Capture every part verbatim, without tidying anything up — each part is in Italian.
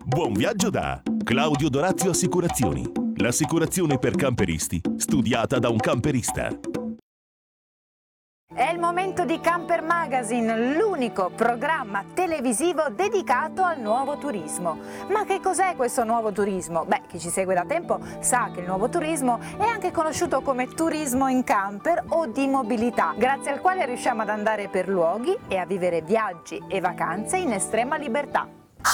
Buon viaggio da Claudio Dorazio Assicurazioni. L'assicurazione per camperisti, studiata da un camperista. È il momento di Camper Magazine, l'unico programma televisivo dedicato al nuovo turismo. Ma che cos'è questo nuovo turismo? Beh, chi ci segue da tempo sa che il nuovo turismo è anche conosciuto come turismo in camper o di mobilità, grazie al quale riusciamo ad andare per luoghi e a vivere viaggi e vacanze in estrema libertà.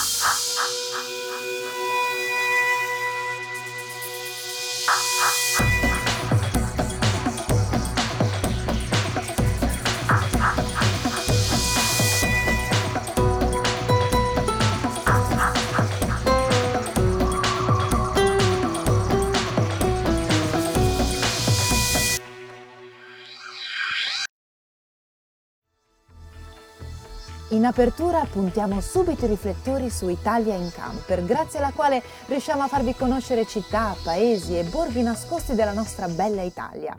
In apertura puntiamo subito i riflettori su Italia in Camper, grazie alla quale riusciamo a farvi conoscere città, paesi e borghi nascosti della nostra bella Italia.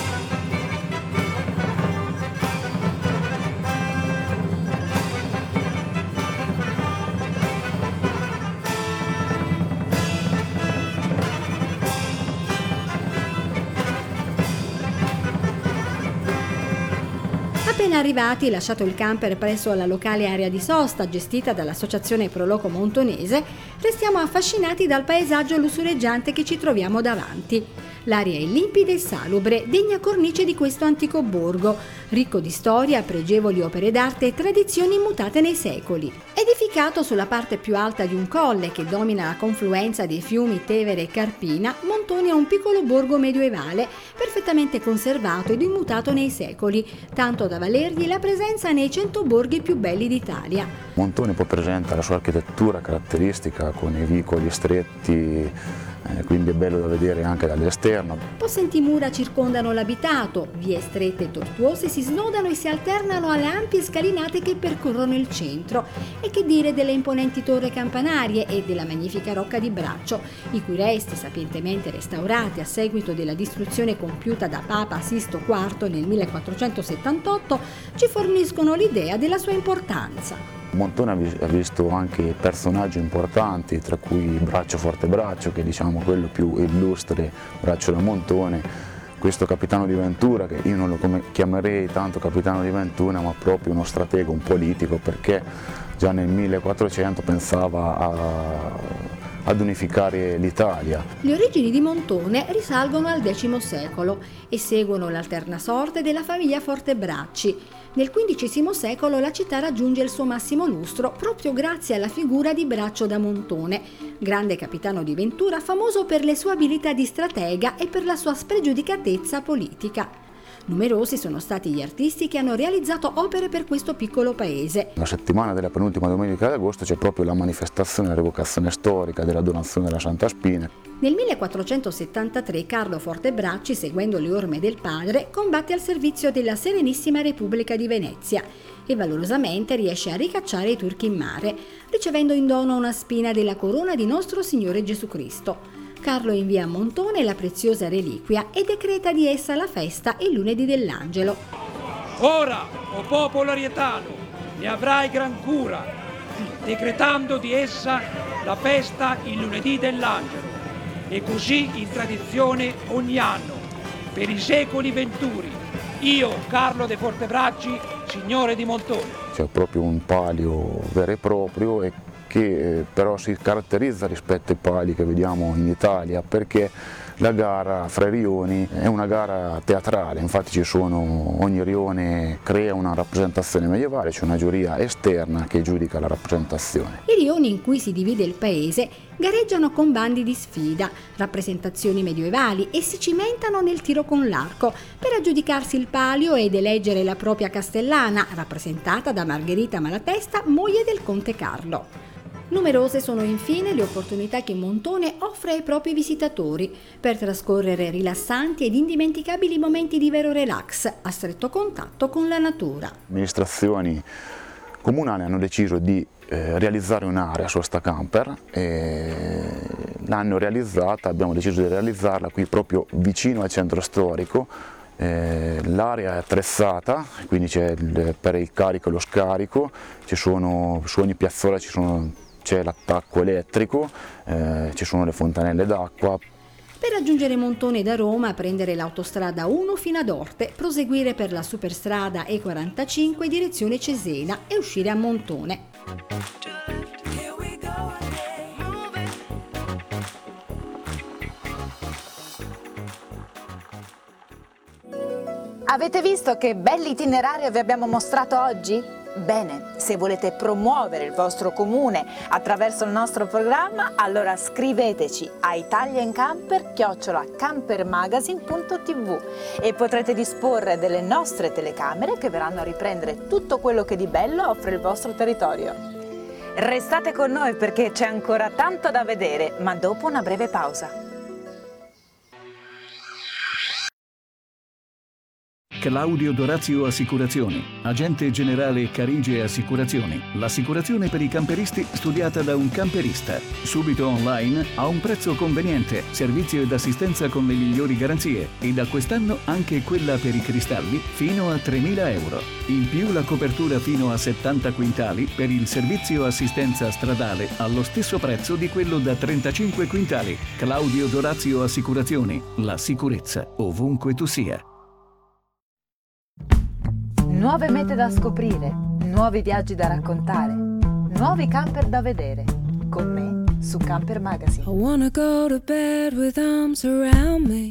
Appena arrivati, lasciato il camper presso la locale area di sosta gestita dall'associazione Proloco Montonese, restiamo affascinati dal paesaggio lussureggiante che ci troviamo davanti. L'aria è limpida e salubre, degna cornice di questo antico borgo, ricco di storia, pregevoli opere d'arte e tradizioni immutate nei secoli. Edificato sulla parte più alta di un colle che domina la confluenza dei fiumi Tevere e Carpina, Montone è un piccolo borgo medioevale, perfettamente conservato ed immutato nei secoli, tanto da valergli la presenza nei cento borghi più belli d'Italia. Montone poi presenta la sua architettura caratteristica con i vicoli stretti, Eh, quindi è bello da vedere anche dall'esterno. Possenti mura circondano l'abitato, vie strette e tortuose si snodano e si alternano alle ampie scalinate che percorrono il centro. E che dire delle imponenti torri campanarie e della magnifica rocca di Braccio, i cui resti, sapientemente restaurati a seguito della distruzione compiuta da Papa Sisto quarto nel millequattrocentosettantotto, ci forniscono l'idea della sua importanza. Montone ha visto anche personaggi importanti, tra cui Braccio Fortebraccio, che è diciamo quello più illustre, Braccio da Montone, questo capitano di Ventura, che io non lo chiamerei tanto capitano di Ventura, ma proprio uno stratego, un politico, perché già nel millequattrocento pensava a, ad unificare l'Italia. Le origini di Montone risalgono al X secolo e seguono l'alterna sorte della famiglia Fortebracci. Nel quindicesimo secolo la città raggiunge il suo massimo lustro proprio grazie alla figura di Braccio da Montone, grande capitano di Ventura famoso per le sue abilità di stratega e per la sua spregiudicatezza politica. Numerosi sono stati gli artisti che hanno realizzato opere per questo piccolo paese. La settimana della penultima domenica di agosto c'è proprio la manifestazione, la rievocazione storica della donazione della Santa Spina. Nel millequattrocentosettantatré Carlo Fortebracci, seguendo le orme del padre, combatte al servizio della Serenissima Repubblica di Venezia e valorosamente riesce a ricacciare i turchi in mare, ricevendo in dono una spina della corona di nostro Signore Gesù Cristo. Carlo invia a Montone la preziosa reliquia e decreta di essa la festa il lunedì dell'Angelo. Ora, o popolo arietano, ne avrai gran cura, decretando di essa la festa il lunedì dell'Angelo, e così in tradizione ogni anno, per i secoli venturi, io, Carlo de Fortebracci, signore di Montone. C'è proprio un palio vero e proprio e che però si caratterizza rispetto ai pali che vediamo in Italia, perché la gara fra i rioni è una gara teatrale, infatti ci sono, ogni rione crea una rappresentazione medievale, c'è una giuria esterna che giudica la rappresentazione. I rioni in cui si divide il paese gareggiano con bandi di sfida, rappresentazioni medievali e si cimentano nel tiro con l'arco per aggiudicarsi il palio ed eleggere la propria castellana, rappresentata da Margherita Malatesta, moglie del conte Carlo. Numerose sono infine le opportunità che Montone offre ai propri visitatori per trascorrere rilassanti ed indimenticabili momenti di vero relax a stretto contatto con la natura. Amministrazioni comunali hanno deciso di eh, realizzare un'area sosta camper e l'hanno realizzata, abbiamo deciso di realizzarla qui proprio vicino al centro storico. Eh, l'area è attrezzata, quindi c'è il, per il carico e lo scarico, ci sono, su ogni piazzola ci sono c'è l'attacco elettrico, eh, ci sono le fontanelle d'acqua. Per raggiungere Montone da Roma, prendere l'autostrada uno fino ad Orte, proseguire per la superstrada E quarantacinque direzione Cesena e uscire a Montone. Avete visto che bell'itinerario vi abbiamo mostrato oggi? Bene, se volete promuovere il vostro comune attraverso il nostro programma, allora scriveteci a italiancamper chiocciola campermagazine punto tv e potrete disporre delle nostre telecamere che verranno a riprendere tutto quello che di bello offre il vostro territorio. Restate con noi perché c'è ancora tanto da vedere, ma dopo una breve pausa. Claudio Dorazio Assicurazioni, agente generale Carige Assicurazioni, l'assicurazione per i camperisti studiata da un camperista, subito online a un prezzo conveniente, servizio ed assistenza con le migliori garanzie e da quest'anno anche quella per i cristalli fino a tremila euro. In più la copertura fino a settanta quintali per il servizio assistenza stradale allo stesso prezzo di quello da trentacinque quintali. Claudio Dorazio Assicurazioni, la sicurezza ovunque tu sia. Nuove mete da scoprire, nuovi viaggi da raccontare, nuovi camper da vedere. Con me su Camper Magazine. I wanna go to bed with arms around me.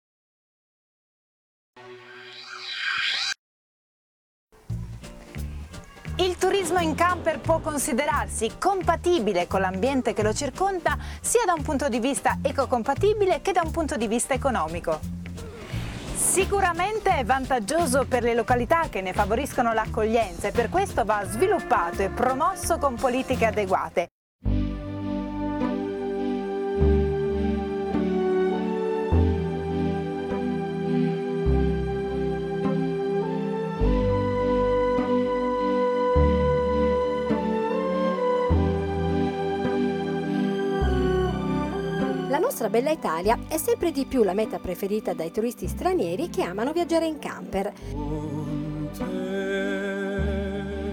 Il turismo in camper può considerarsi compatibile con l'ambiente che lo circonda sia da un punto di vista ecocompatibile che da un punto di vista economico. Sicuramente è vantaggioso per le località che ne favoriscono l'accoglienza e per questo va sviluppato e promosso con politiche adeguate. La nostra bella Italia è sempre di più la meta preferita dai turisti stranieri che amano viaggiare in camper. Con te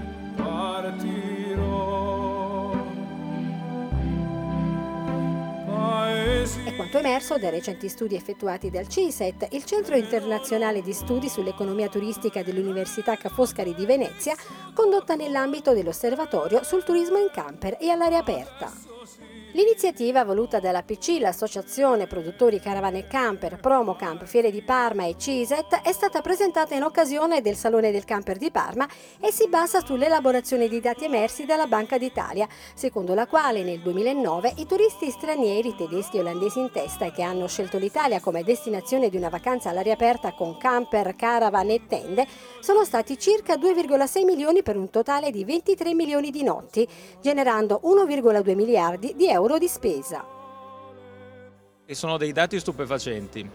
partirò, paesi. È quanto emerso dai recenti studi effettuati dal C I S E T, il Centro Internazionale di Studi sull'Economia Turistica dell'Università Ca' Foscari di Venezia, condotta nell'ambito dell'Osservatorio sul turismo in camper e all'aria aperta. L'iniziativa voluta dalla P C, l'Associazione Produttori Caravane e Camper, Promocamp, Fiere di Parma e C I S E T, è stata presentata in occasione del Salone del Camper di Parma e si basa sull'elaborazione di dati emersi dalla Banca d'Italia, secondo la quale nel duemilanove i turisti stranieri, tedeschi e olandesi in testa e che hanno scelto l'Italia come destinazione di una vacanza all'aria aperta con camper, caravan e tende sono stati circa due virgola sei milioni per un totale di ventitré milioni di notti, generando uno virgola due miliardi di euro di spesa. E sono dei dati stupefacenti,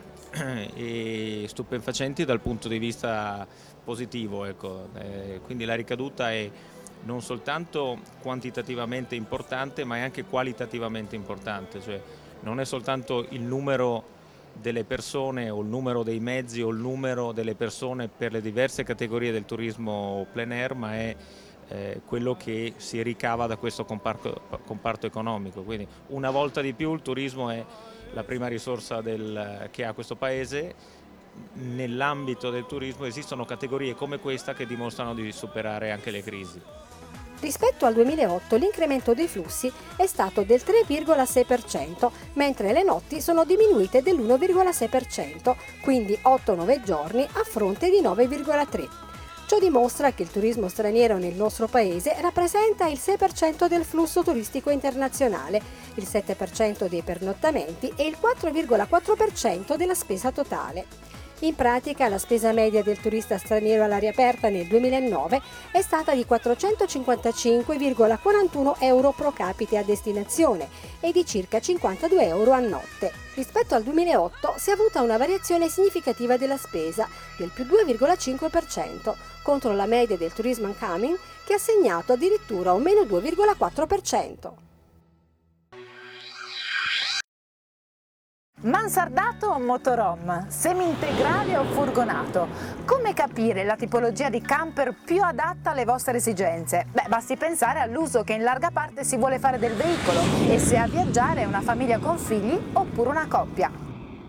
e stupefacenti dal punto di vista positivo, ecco. Eh, quindi la ricaduta è non soltanto quantitativamente importante ma è anche qualitativamente importante, cioè non è soltanto il numero delle persone o il numero dei mezzi o il numero delle persone per le diverse categorie del turismo plein air, ma è Eh, quello che si ricava da questo comparto, comparto economico. Quindi una volta di più il turismo è la prima risorsa del, che ha questo paese. Nell'ambito del turismo esistono categorie come questa che dimostrano di superare anche le crisi. Rispetto al duemilaotto l'incremento dei flussi è stato del tre virgola sei per cento, mentre le notti sono diminuite dell'uno virgola sei per cento, quindi otto nove giorni a fronte di nove virgola tre per cento. Ciò dimostra che il turismo straniero nel nostro paese rappresenta il sei per cento del flusso turistico internazionale, il sette per cento dei pernottamenti e il quattro virgola quattro per cento della spesa totale. In pratica la spesa media del turista straniero all'aria aperta nel duemilanove è stata di quattrocentocinquantacinque virgola quarantuno euro pro capite a destinazione e di circa cinquantadue euro a notte. Rispetto al duemilaotto si è avuta una variazione significativa della spesa del più due virgola cinque per cento contro la media del turismo incoming che ha segnato addirittura un meno due virgola quattro per cento. Mansardato o motorhome? Semi-integrale o furgonato? Come capire la tipologia di camper più adatta alle vostre esigenze? Beh, basti pensare all'uso che in larga parte si vuole fare del veicolo e se a viaggiare è una famiglia con figli oppure una coppia.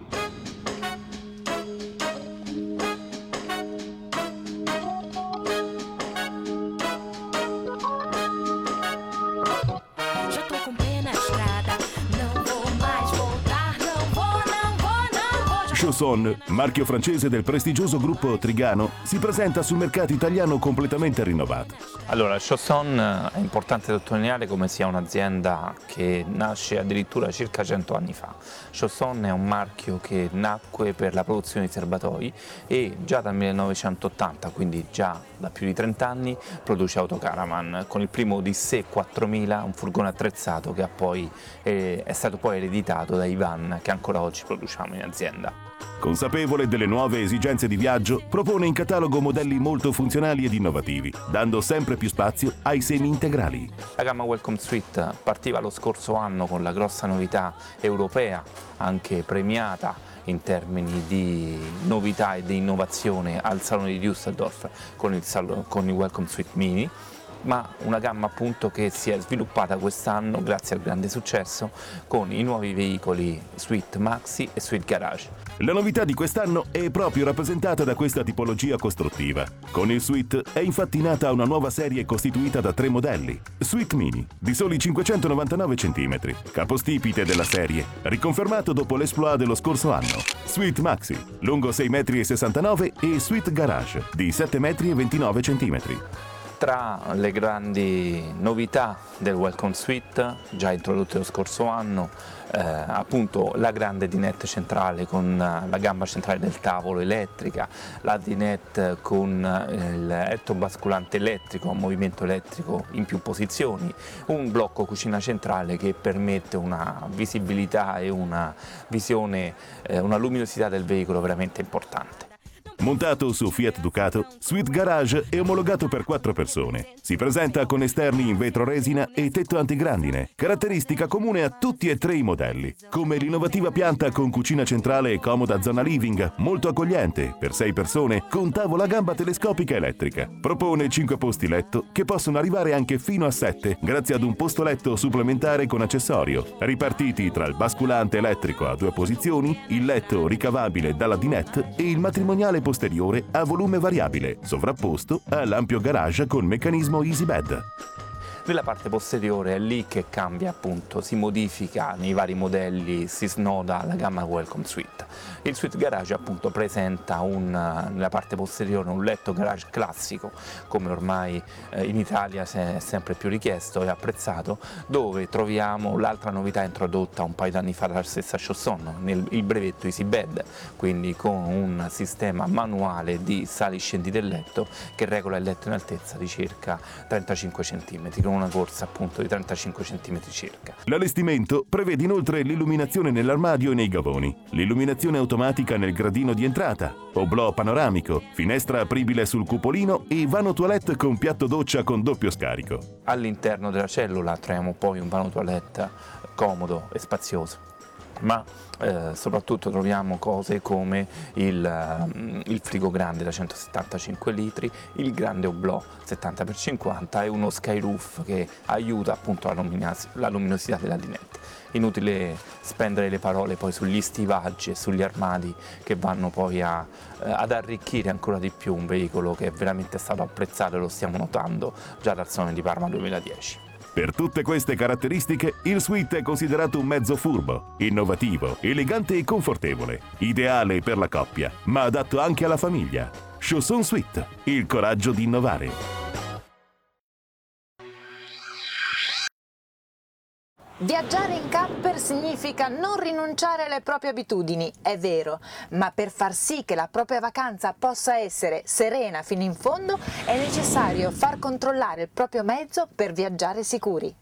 Chausson, marchio francese del prestigioso gruppo Trigano, si presenta sul mercato italiano completamente rinnovato. Allora, Chausson è importante sottolineare come sia un'azienda che nasce addirittura circa cento anni fa. Chausson è un marchio che nacque per la produzione di serbatoi e già dal millenovecentottanta, quindi già da più di trenta anni, produce autocaravan, con il primo Odyssey quattromila, un furgone attrezzato che ha poi, eh, è stato poi ereditato dai van che ancora oggi produciamo in azienda. Consapevole delle nuove esigenze di viaggio, propone in catalogo modelli molto funzionali ed innovativi, dando sempre più spazio ai semi-integrali. La gamma Welcome Suite partiva lo scorso anno con la grossa novità europea, anche premiata in termini di novità e di innovazione al Salone di Düsseldorf con il, con il Welcome Suite Mini, ma una gamma appunto che si è sviluppata quest'anno grazie al grande successo con i nuovi veicoli Suite Maxi e Suite Garage. La novità di quest'anno è proprio rappresentata da questa tipologia costruttiva. Con il Suite è infatti nata una nuova serie costituita da tre modelli. Suite Mini, di soli cinquecentonovantanove centimetri, capostipite della serie, riconfermato dopo l'exploit dello scorso anno. Suite Maxi, lungo sei virgola sessantanove metri, e Suite Garage, di sette virgola ventinove centimetri. Tra le grandi novità del Welcome Suite, già introdotte lo scorso anno, eh, appunto la grande dinette centrale con la gamba centrale del tavolo elettrica, la dinette con il letto basculante elettrico a movimento elettrico in più posizioni, un blocco cucina centrale che permette una visibilità e una visione, eh, una luminosità del veicolo veramente importante. Montato su Fiat Ducato, Suite Garage è omologato per quattro persone. Si presenta con esterni in vetro resina e tetto antigrandine, caratteristica comune a tutti e tre i modelli, come l'innovativa pianta con cucina centrale e comoda zona living, molto accogliente, per sei persone, con tavola a gamba telescopica elettrica. Propone cinque posti letto che possono arrivare anche fino a sette, grazie ad un posto letto supplementare con accessorio, ripartiti tra il basculante elettrico a due posizioni, il letto ricavabile dalla dinette e il matrimoniale posteriore a volume variabile, sovrapposto all'ampio garage con meccanismo Easy Bed. Nella parte posteriore è lì che cambia, appunto, si modifica nei vari modelli, si snoda la gamma Welcome Suite. Il Suite Garage appunto presenta un, nella parte posteriore un letto garage classico, come ormai eh, in Italia è sempre più richiesto e apprezzato, dove troviamo l'altra novità introdotta un paio d'anni fa dalla stessa Chausson, nel, il brevetto Easy Bed, quindi con un sistema manuale di sali-scendi del letto che regola il letto in altezza di circa trentacinque centimetri, con una corsa appunto di trentacinque centimetri circa. L'allestimento prevede inoltre l'illuminazione nell'armadio e nei gavoni, l'illuminazione automatica nel gradino di entrata, oblò panoramico, finestra apribile sul cupolino e vano toilette con piatto doccia con doppio scarico. All'interno della cellula troviamo poi un vano toilette comodo e spazioso, ma eh, soprattutto troviamo cose come il, il frigo grande da centosettantacinque litri, il grande oblò settanta per cinquanta e uno skyroof che aiuta appunto la, luminos- la luminosità della dinette. Inutile spendere le parole poi sugli stivaggi e sugli armadi che vanno poi a, eh, ad arricchire ancora di più un veicolo che è veramente stato apprezzato e lo stiamo notando già dal Salone di Parma duemiladieci. Per tutte queste caratteristiche, il Suite è considerato un mezzo furbo, innovativo, elegante e confortevole, ideale per la coppia, ma adatto anche alla famiglia. Chausson Suite, il coraggio di innovare. Viaggiare in camper significa non rinunciare alle proprie abitudini, è vero, ma per far sì che la propria vacanza possa essere serena fino in fondo è necessario far controllare il proprio mezzo per viaggiare sicuri.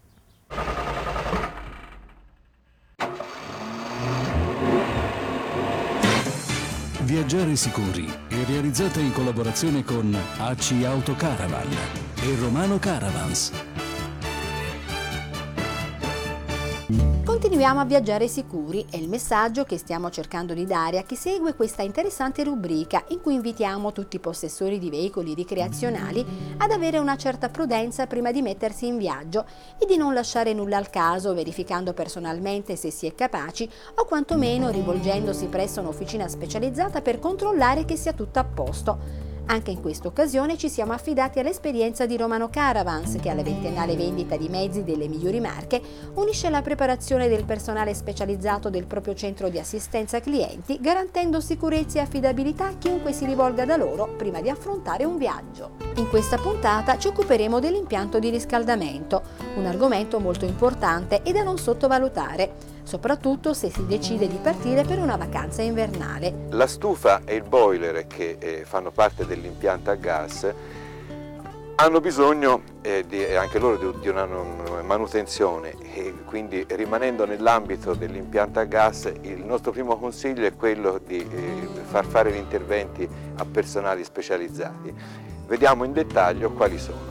Viaggiare sicuri è realizzata in collaborazione con A C I Autocaravan e Romano Caravans. Con Continuiamo a viaggiare sicuri, è il messaggio che stiamo cercando di dare a chi segue questa interessante rubrica in cui invitiamo tutti i possessori di veicoli ricreazionali ad avere una certa prudenza prima di mettersi in viaggio e di non lasciare nulla al caso, verificando personalmente se si è capaci o quantomeno rivolgendosi presso un'officina specializzata per controllare che sia tutto a posto. Anche in questa occasione ci siamo affidati all'esperienza di Romano Caravans, che alla ventennale vendita di mezzi delle migliori marche unisce la preparazione del personale specializzato del proprio centro di assistenza clienti, garantendo sicurezza e affidabilità a chiunque si rivolga da loro prima di affrontare un viaggio. In questa puntata ci occuperemo dell'impianto di riscaldamento, un argomento molto importante e da non sottovalutare, soprattutto se si decide di partire per una vacanza invernale. La stufa e il boiler, che eh, fanno parte dell'impianto a gas, hanno bisogno eh, di, anche loro di, di una manutenzione, e quindi, rimanendo nell'ambito dell'impianto a gas, il nostro primo consiglio è quello di eh, far fare gli interventi a personali specializzati. Vediamo in dettaglio quali sono.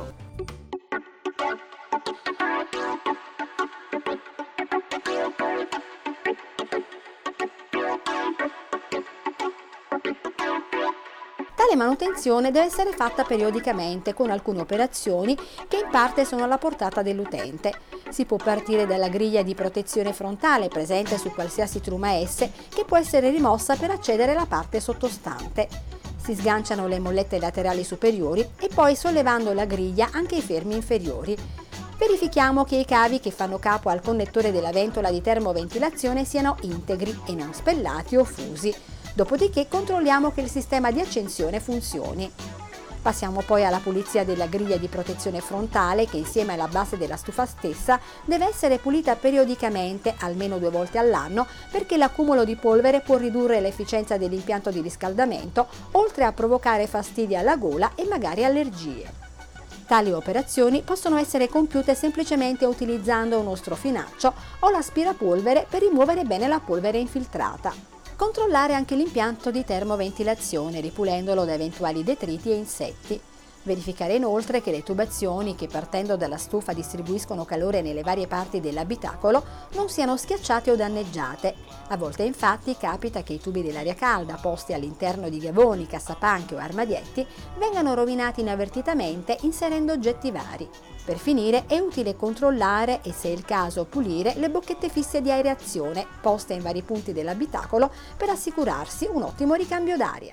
Tale manutenzione deve essere fatta periodicamente con alcune operazioni che in parte sono alla portata dell'utente. Si può partire dalla griglia di protezione frontale presente su qualsiasi truma S, che può essere rimossa per accedere alla parte sottostante. Si sganciano le mollette laterali superiori e poi, sollevando la griglia, anche i fermi inferiori. Verifichiamo che i cavi che fanno capo al connettore della ventola di termoventilazione siano integri e non spellati o fusi. Dopodiché controlliamo che il sistema di accensione funzioni. Passiamo poi alla pulizia della griglia di protezione frontale, che insieme alla base della stufa stessa deve essere pulita periodicamente, almeno due volte all'anno, perché l'accumulo di polvere può ridurre l'efficienza dell'impianto di riscaldamento, oltre a provocare fastidi alla gola e magari allergie. Tali operazioni possono essere compiute semplicemente utilizzando uno strofinaccio o l'aspirapolvere per rimuovere bene la polvere infiltrata. Controllare anche l'impianto di termoventilazione, ripulendolo da eventuali detriti e insetti. Verificare inoltre che le tubazioni che, partendo dalla stufa, distribuiscono calore nelle varie parti dell'abitacolo non siano schiacciate o danneggiate. A volte infatti capita che i tubi dell'aria calda posti all'interno di gavoni, cassapanche o armadietti vengano rovinati inavvertitamente inserendo oggetti vari. Per finire è utile controllare e, se è il caso, pulire le bocchette fisse di aerazione poste in vari punti dell'abitacolo per assicurarsi un ottimo ricambio d'aria.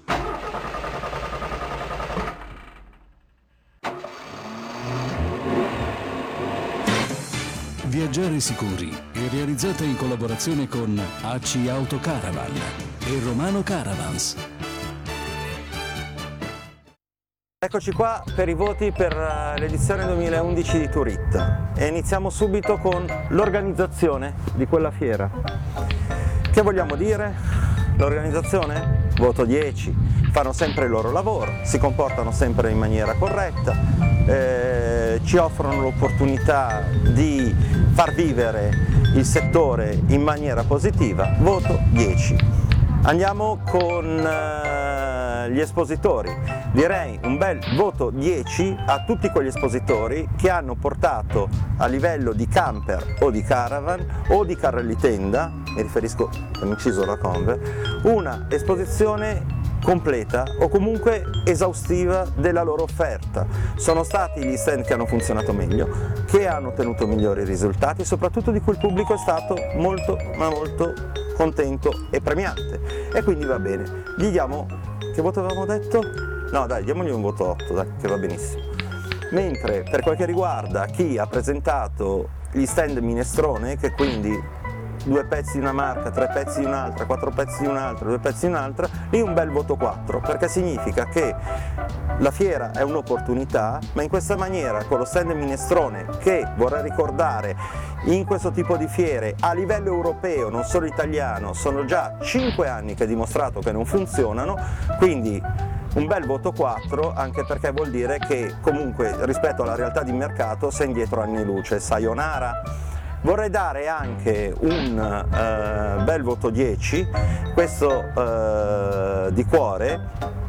Viaggiare sicuri è realizzata in collaborazione con A C I Auto Caravan e Romano Caravans. Eccoci qua per i voti per l'edizione duemilaundici di Turit e iniziamo subito con l'organizzazione di quella fiera. Che vogliamo dire? L'organizzazione? Voto dieci, fanno sempre il loro lavoro, si comportano sempre in maniera corretta, eh, ci offrono l'opportunità di far vivere il settore in maniera positiva, voto dieci. Andiamo con eh, gli espositori. Direi un bel voto dieci a tutti quegli espositori che hanno portato a livello di camper o di caravan o di carrelli tenda, mi riferisco con inciso la Conver, una esposizione completa o comunque esaustiva della loro offerta. Sono stati gli stand che hanno funzionato meglio, che hanno ottenuto migliori risultati e soprattutto di cui il pubblico è stato molto ma molto contento e premiante, e quindi va bene. Gli diamo, che voto avevamo detto? No dai, diamogli un voto otto, dai, che va benissimo. Mentre per quel che riguarda chi ha presentato gli stand minestrone, che quindi due pezzi di una marca, tre pezzi di un'altra, quattro pezzi di un'altra, due pezzi di un'altra, lì un bel voto quattro, perché significa che la fiera è un'opportunità, ma in questa maniera, con lo stand minestrone, che vorrei ricordare in questo tipo di fiere a livello europeo, non solo italiano, sono già cinque anni che ha dimostrato che non funzionano, quindi un bel voto quattro, anche perché vuol dire che comunque rispetto alla realtà di mercato sei indietro anni luce. Sayonara. Vorrei dare anche un eh, bel voto dieci, questo eh, di cuore,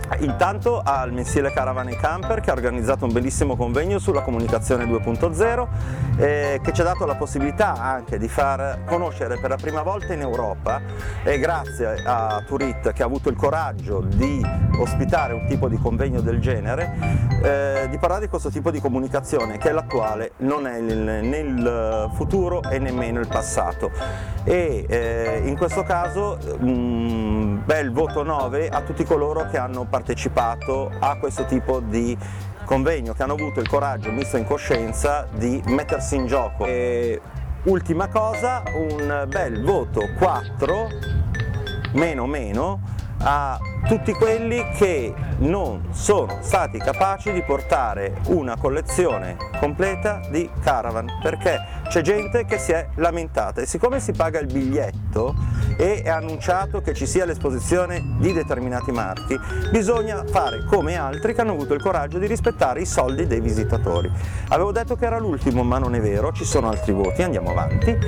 Intanto al mensile Caravan e Camper, che ha organizzato un bellissimo convegno sulla comunicazione due punto zero, eh, che ci ha dato la possibilità anche di far conoscere per la prima volta in Europa, e grazie a Turit che ha avuto il coraggio di ospitare un tipo di convegno del genere, eh, di parlare di questo tipo di comunicazione che è l'attuale, non è il, né il futuro e nemmeno il passato. E eh, in questo caso un bel voto nove a tutti coloro che hanno partecipato a questo tipo di convegno, che hanno avuto il coraggio misto in coscienza di mettersi in gioco. E ultima cosa, un bel voto quattro meno meno a tutti quelli che non sono stati capaci di portare una collezione completa di Caravan, perché c'è gente che si è lamentata, e siccome si paga il biglietto e è annunciato che ci sia l'esposizione di determinati marchi, bisogna fare come altri che hanno avuto il coraggio di rispettare i soldi dei visitatori. Avevo detto che era l'ultimo, ma non è vero, ci sono altri voti, andiamo avanti.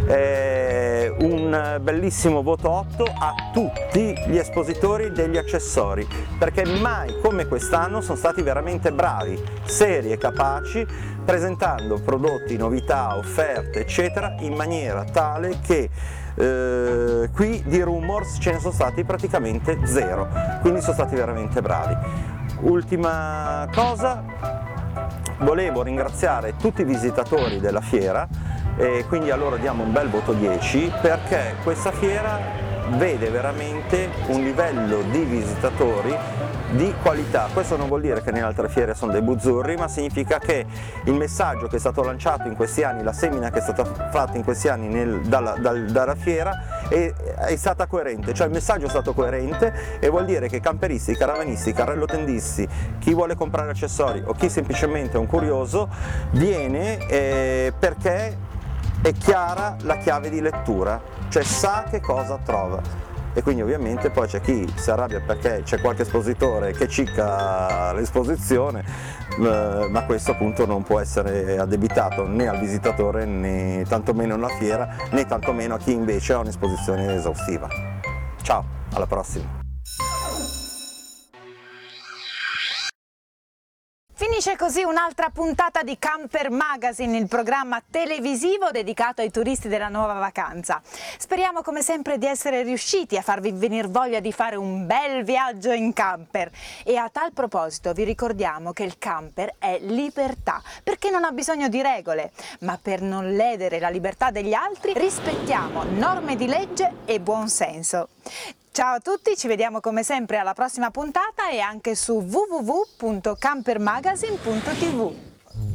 Eh, un bellissimo voto otto a tutti gli espositori degli accessori, perché mai come quest'anno sono stati veramente bravi, seri e capaci, presentando prodotti, novità, offerte eccetera in maniera tale che eh, qui di rumors ce ne sono stati praticamente zero, quindi sono stati veramente bravi. Ultima cosa, volevo ringraziare tutti i visitatori della fiera, e quindi a loro diamo un bel voto dieci, perché questa fiera vede veramente un livello di visitatori di qualità. Questo non vuol dire che nelle altre fiere sono dei buzzurri, ma significa che il messaggio che è stato lanciato in questi anni, la semina che è stata fatta in questi anni nel, dalla, dal, dalla fiera è, è stata coerente, cioè il messaggio è stato coerente, e vuol dire che camperisti, caravanisti, carrellotendisti, chi vuole comprare accessori o chi semplicemente è un curioso viene eh, perché è chiara la chiave di lettura, cioè sa che cosa trova. E quindi ovviamente poi c'è chi si arrabbia perché c'è qualche espositore che cicca l'esposizione, eh, ma questo appunto non può essere addebitato né al visitatore né tantomeno alla fiera, né tantomeno a chi invece ha un'esposizione esaustiva. Ciao, alla prossima! Finisce così un'altra puntata di Camper Magazine, il programma televisivo dedicato ai turisti della nuova vacanza. Speriamo come sempre di essere riusciti a farvi venire voglia di fare un bel viaggio in camper. E a tal proposito vi ricordiamo che il camper è libertà, perché non ha bisogno di regole, ma per non ledere la libertà degli altri rispettiamo norme di legge e buon senso. Ciao a tutti, ci vediamo come sempre alla prossima puntata e anche su w w w punto campermagazine punto t v.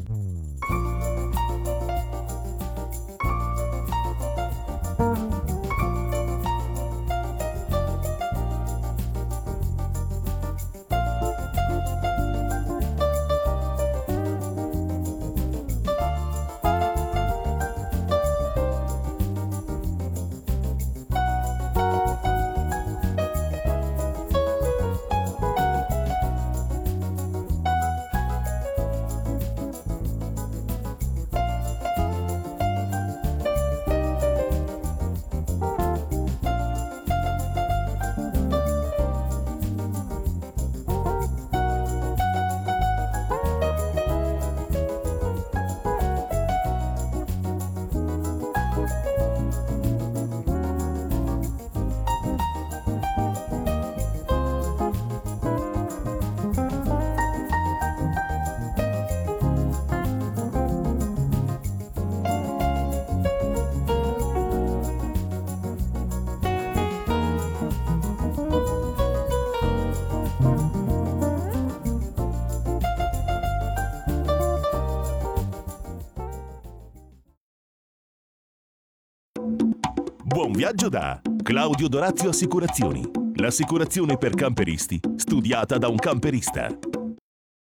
Buon viaggio da Claudio Dorazio Assicurazioni, l'assicurazione per camperisti studiata da un camperista.